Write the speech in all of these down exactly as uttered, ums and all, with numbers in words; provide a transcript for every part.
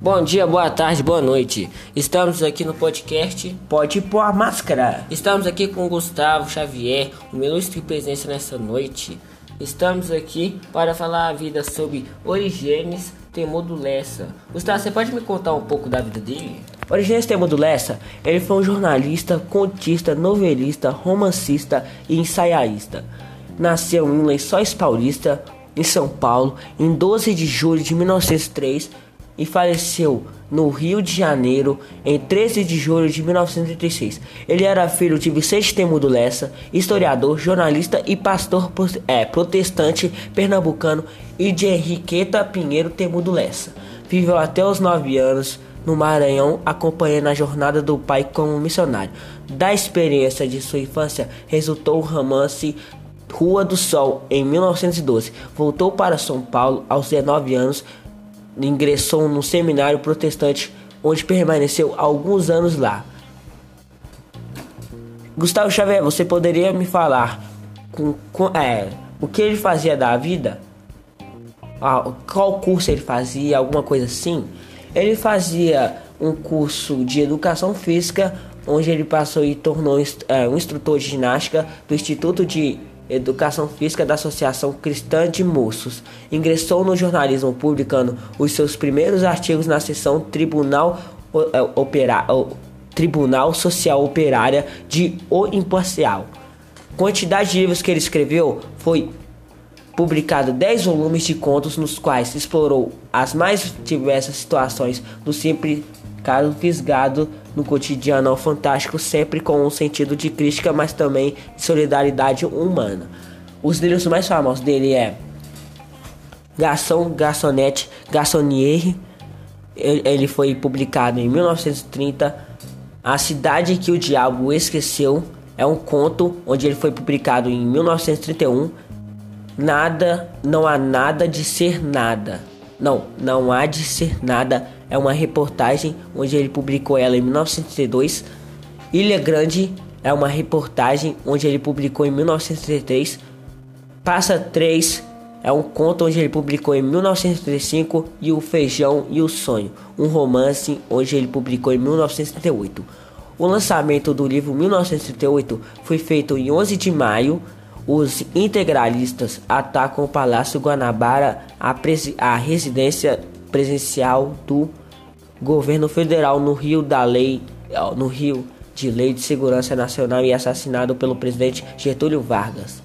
Bom dia, boa tarde, boa noite. Estamos aqui no podcast Pode Pôr a Máscara. Estamos aqui com Gustavo Xavier, uma ilustre presença nessa noite. Estamos aqui para falar a vida sobre Origenes Temudo Lessa. Gustavo, você pode me contar um pouco da vida dele? Origenes Temudo Lessa, ele foi um jornalista, contista, novelista, romancista e ensaiaísta. Nasceu em Lençóis Paulista, em São Paulo, em doze de julho de mil novecentos e três e faleceu no Rio de Janeiro em treze de julho de mil novecentos e trinta e seis. Ele era filho de Vicente Temudo Lessa, historiador, jornalista e pastor é, protestante pernambucano, e de Henriqueta Pinheiro Temudo Lessa. Viveu até os nove anos no Maranhão, acompanhando a jornada do pai como missionário. Da experiência de sua infância resultou o romance Rua do Sol, em mil novecentos e doze. Voltou para São Paulo aos dezenove anos, ingressou no seminário protestante, onde permaneceu alguns anos lá. Gustavo Xavier, você poderia me falar com, com, é, o que ele fazia da vida? Ah, qual curso ele fazia, alguma coisa assim? Ele fazia um curso de educação física, onde ele passou e tornou é, um instrutor de ginástica do Instituto de Educação Física da Associação Cristã de Moços. Ingressou no jornalismo, publicando os seus primeiros artigos na seção Tribunal, Opera, Tribunal Social Operária de O Imparcial. Quantidade de livros que ele escreveu foi publicado dez volumes de contos, nos quais explorou as mais diversas situações do simples caso fisgado no cotidiano ao fantástico, sempre com um sentido de crítica, mas também de solidariedade humana. Os livros mais famosos dele é Garçom, Garçonete, Garçonnier. Ele foi publicado em mil novecentos e trinta. A Cidade que o Diabo Esqueceu é um conto, onde ele foi publicado em mil novecentos e trinta e um. Nada, não há nada de ser nada. Não, não há de ser nada. É uma reportagem, onde ele publicou ela em mil novecentos e trinta e dois. Ilha Grande é uma reportagem, onde ele publicou em mil novecentos e trinta e três. Passa três é um conto, onde ele publicou em mil novecentos e trinta e cinco. E O Feijão e o Sonho, um romance, onde ele publicou em mil novecentos e trinta e oito. O lançamento do livro mil novecentos e trinta e oito foi feito em onze de maio. Os integralistas atacam o Palácio Guanabara, a, a residência presencial do governo federal no Rio da Lei, no Rio de Lei de Segurança Nacional, e assassinado pelo presidente Getúlio Vargas.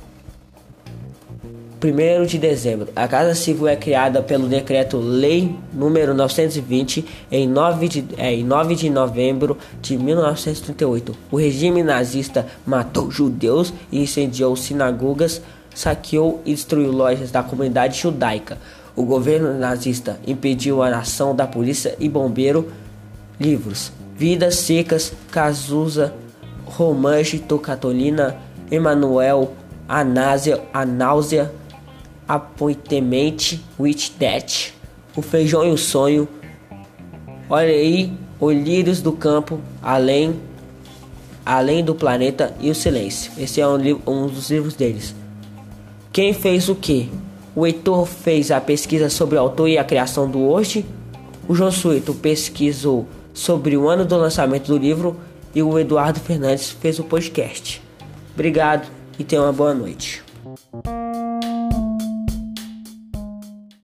primeiro de dezembro. A Casa Civil é criada pelo Decreto-Lei número novecentos e vinte em nove de, é, em nove de novembro de mil novecentos e trinta e oito. O regime nazista matou judeus e incendiou sinagogas, saqueou e destruiu lojas da comunidade judaica. O governo nazista impediu a ação da polícia e bombeiro. Livros: Vidas Secas, Cazuza, Romance, Tocatolina, Emanuel, A Náusea, A Náusea, Appointment with Death, O Feijão e o Sonho, Olha aí, O Lírios do Campo, Além, Além do Planeta e O Silêncio. Esse é um, livro, um dos livros deles. Quem fez o que? O Heitor fez a pesquisa sobre o autor e a criação do hoje. O João Suíto pesquisou sobre o ano do lançamento do livro. E o Eduardo Fernandes fez o podcast. Obrigado e tenha uma boa noite.